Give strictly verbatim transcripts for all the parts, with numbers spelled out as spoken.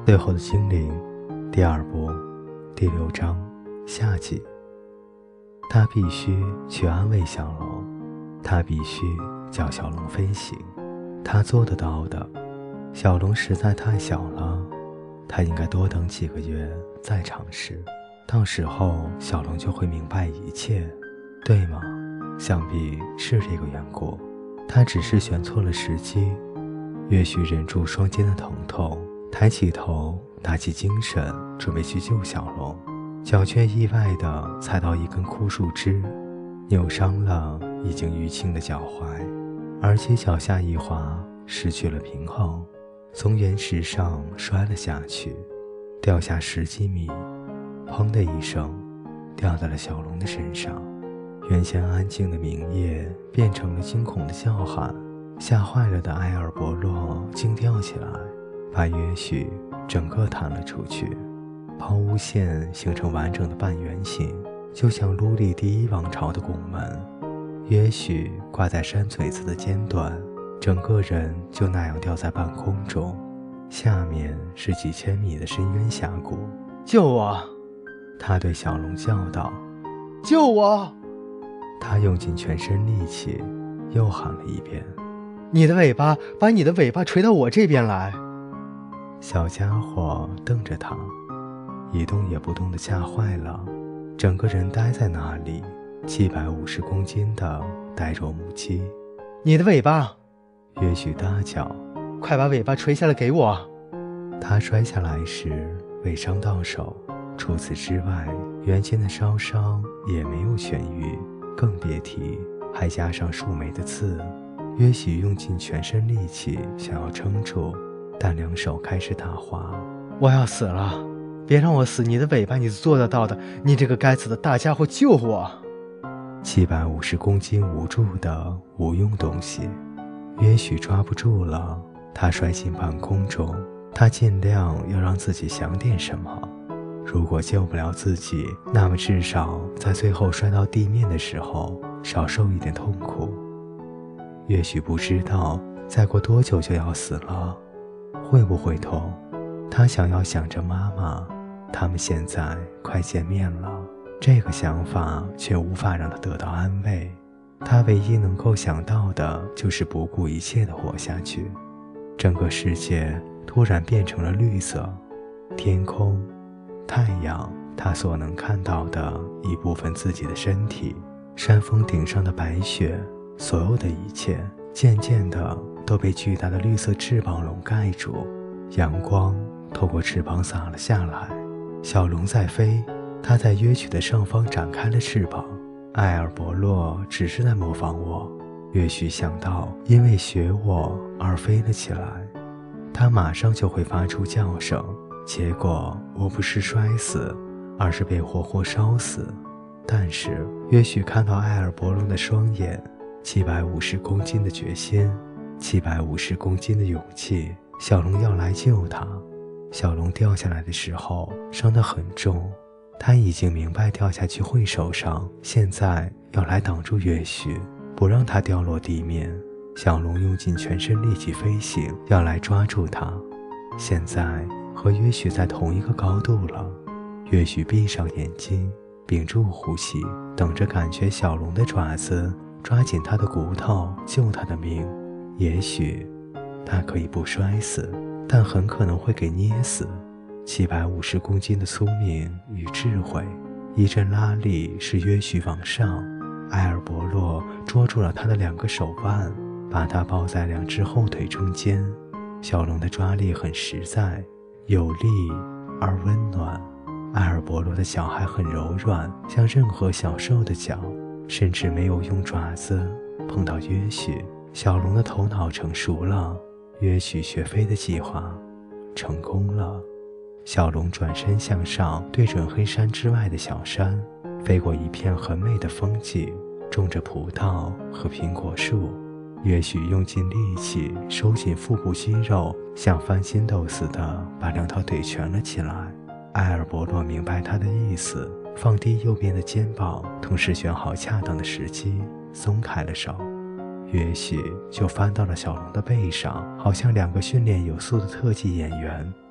最后的精灵第二部第六章下集。他必须去安慰小龙，他必须叫小龙飞行，他做得到的。小龙实在太小了，他应该多等几个月再尝试，到时候小龙就会明白一切，对吗？想必是这个缘故，他只是选错了时机。也许忍住双肩的疼痛，抬起头，打起精神，准备去救小龙，脚却意外地踩到一根枯树枝，扭伤了已经淤青的脚踝，而且脚下一滑，失去了平衡，从岩石上摔了下去，掉下十几米，砰的一声，掉在了小龙的身上。原先安静的冥夜变成了惊恐的叫喊，吓坏了的埃尔伯洛惊跳起来，把约许整个弹了出去，抛物线形成完整的半圆形，就像卢里第一王朝的拱门。约许挂在山嘴子的尖端，整个人就那样吊在半空中，下面是几千米的深渊峡谷。 救我！ 他对小龙叫道。 救我！ 他用尽全身力气又喊了一遍。 你的尾巴，把你的尾巴垂到我这边来。 小家伙瞪着他，一动也不动地吓坏了，整个人呆在那里，七百五十公斤的呆若木鸡。 你的尾巴！ 约许大叫。 快把尾巴垂下来给我。 他摔下来时未伤到手，除此之外，原先的烧伤也没有痊愈，更别提还加上数枚的刺。约许用尽全身力气想要撑住，但两手开始打滑。 我要死了，别让我死，你的尾巴你做得到的，你这个该死的大家伙，救我！ 七百五十公斤无助的无用东西，约许抓不住了，他摔进半空中，他尽量要让自己想点什么。如果救不了自己，那么至少在最后摔到地面的时候少受一点痛苦。也许不知道再过多久就要死了，会不会痛？他想要想着妈妈，他们现在快见面了，这个想法却无法让他得到安慰。他唯一能够想到的就是不顾一切地活下去。整个世界突然变成了绿色，天空、太阳，他所能看到的一部分自己的身体，山峰顶上的白雪，所有的一切渐渐的都被巨大的绿色翅膀笼盖住，阳光透过翅膀洒了下来。小龙在飞，它在约许的上方展开了翅膀。埃尔伯洛只是在模仿我，约许想到因为学我而飞了起来，他马上就会发出叫声，结果我不是摔死，而是被活活烧死。但是约许看到埃尔伯洛的双眼，七百五十公斤的决心，七百五十公斤的勇气，小龙要来救他。小龙掉下来的时候伤得很重，他已经明白掉下去会受伤，现在要来挡住约许，不让他掉落地面。小龙用尽全身力气飞行，要来抓住他。现在和约许在同一个高度了。约许闭上眼睛，屏住呼吸，等着感觉小龙的爪子抓紧他的骨头，救他的命。也许他可以不摔死，但很可能会给捏死。七百五十公斤的聪明与智慧，一阵拉力使约许往上，埃尔伯洛捉住了他的两个手腕，把他抱在两只后腿中间。小龙的抓力很实在，有力而温暖。埃尔伯洛的脚还很柔软，像任何小兽的脚，甚至没有用爪子碰到约许。小龙的头脑成熟了，约许学飞的计划成功了。小龙转身向上，对准黑山之外的小山，飞过一片很美的风景，种着葡萄和苹果树。约许用尽力气收紧腹部肌肉，像翻筋斗似的把两条腿蜷了起来。埃尔伯洛明白他的意思，放低右边的肩膀，同时选好恰当的时机松开了手。约许就翻到了小龙的背上，好像两个训练有素的特技演员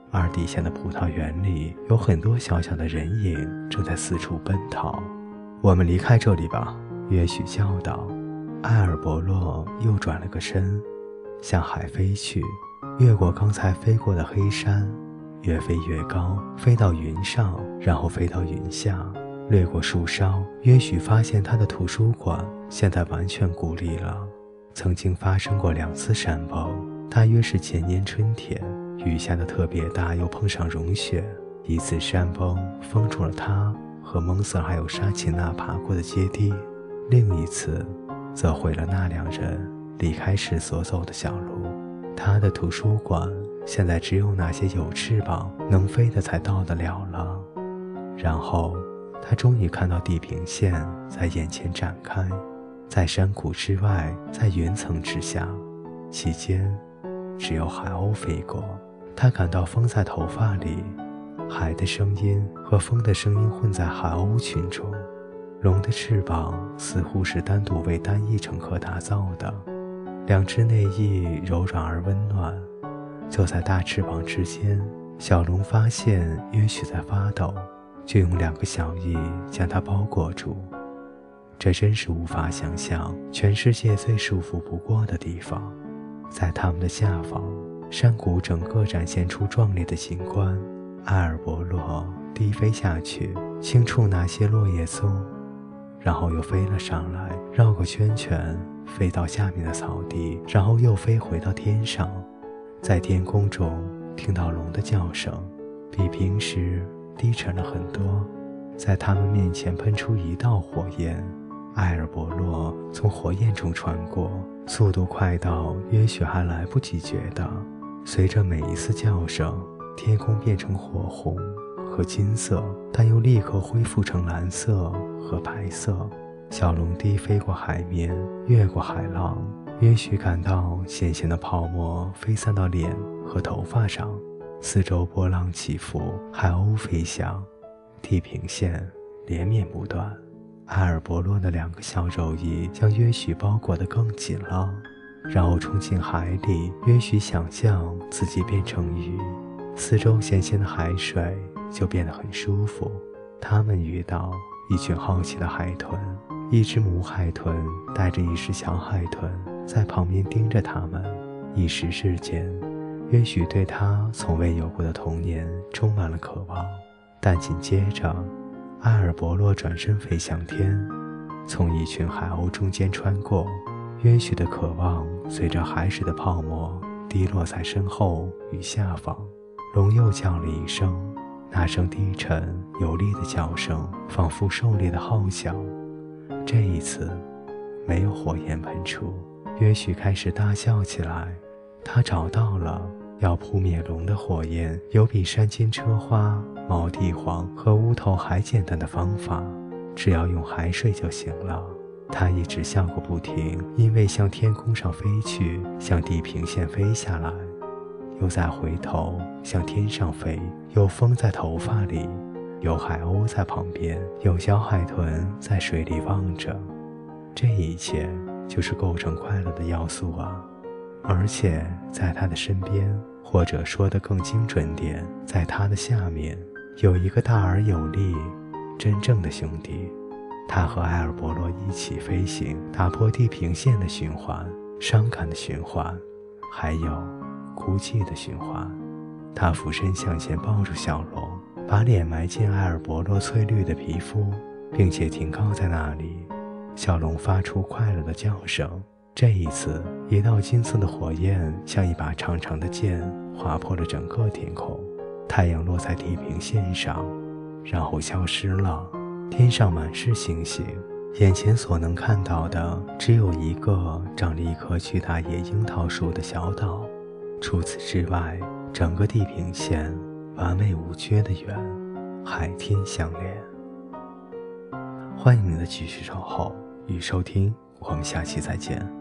而底下的葡萄园里有很多小小的人影正在四处奔逃。 我们离开这里吧， 约许叫道。埃尔伯洛又转了个身，向海飞去，越过刚才飞过的黑山，越飞越高，飞到云上，然后飞到云下，掠过树梢。约许发现他的图书馆现在完全孤立了。曾经发生过两次山崩，大约是前年春天，雨下的特别大，又碰上融雪。一次山崩封住了他和蒙瑟还有沙奇娜爬过的阶梯，另一次则毁了那两人离开时所走的小路。他的图书馆现在只有那些有翅膀能飞的才到得了了。然后他终于看到地平线在眼前展开，在山谷之外，在云层之下，其间只有海鸥飞过。他感到风在头发里，海的声音和风的声音混在海鸥群中。龙的翅膀似乎是单独为单一乘客打造的，两只内翼柔软而温暖。就在大翅膀之间，小龙发现约许在发抖，就用两个小翼将它包裹住。这真是无法想象，全世界最舒服不过的地方。在它们的下方，山谷整个展现出壮丽的景观。埃尔伯洛低飞下去，轻触那些落叶松，然后又飞了上来，绕个圈圈，飞到下面的草地，然后又飞回到天上。在天空中听到龙的叫声，比平时低沉了很多。在他们面前喷出一道火焰，埃尔伯洛从火焰中穿过，速度快到约许还来不及觉得。随着每一次叫声，天空变成火红和金色，但又立刻恢复成蓝色和白色。小龙低飞过海面，越过海浪，约许感到咸咸的泡沫飞散到脸和头发上，四周波浪起伏，海鸥飞翔，地平线连绵不断。埃尔伯洛的两个小肉翼将约许包裹得更紧了，然后冲进海里。约许想象自己变成鱼，四周咸咸的海水就变得很舒服。他们遇到一群好奇的海豚，一只母海豚带着一只小海豚在旁边盯着他们。一时之间，约许对他从未有过的童年充满了渴望。但紧接着，埃尔伯洛转身飞向天，从一群海鸥中间穿过。约许的渴望随着海水的泡沫滴落在身后与下方。龙又叫了一声，那声低沉有力的叫声仿佛狩猎的号角。这一次没有火焰喷出，约许开始大笑起来。他找到了要扑灭龙的火焰有比山间车花、毛地黄和乌头还简单的方法，只要用海水就行了。他一直笑个不停，因为向天空上飞去，向地平线飞下来，又再回头向天上飞。有风在头发里，有海鸥在旁边，有小海豚在水里望着。这一切就是构成快乐的要素啊！而且在他的身边，或者说得更精准点，在他的下面，有一个大而有力、真正的兄弟。他和埃尔伯洛一起飞行，打破地平线的循环、伤感的循环，还有哭泣的循环。他俯身向前抱住小龙，把脸埋进埃尔伯洛翠绿的皮肤，并且停靠在那里。小龙发出快乐的叫声。这一次，一道金色的火焰像一把长长的剑，划破了整个天空。太阳落在地平线上，然后消失了。天上满是星星，眼前所能看到的只有一个长了一棵巨大野樱桃树的小岛。除此之外，整个地平线完美无缺的圆，海天相连。欢迎您的继续守候与收听，我们下期再见。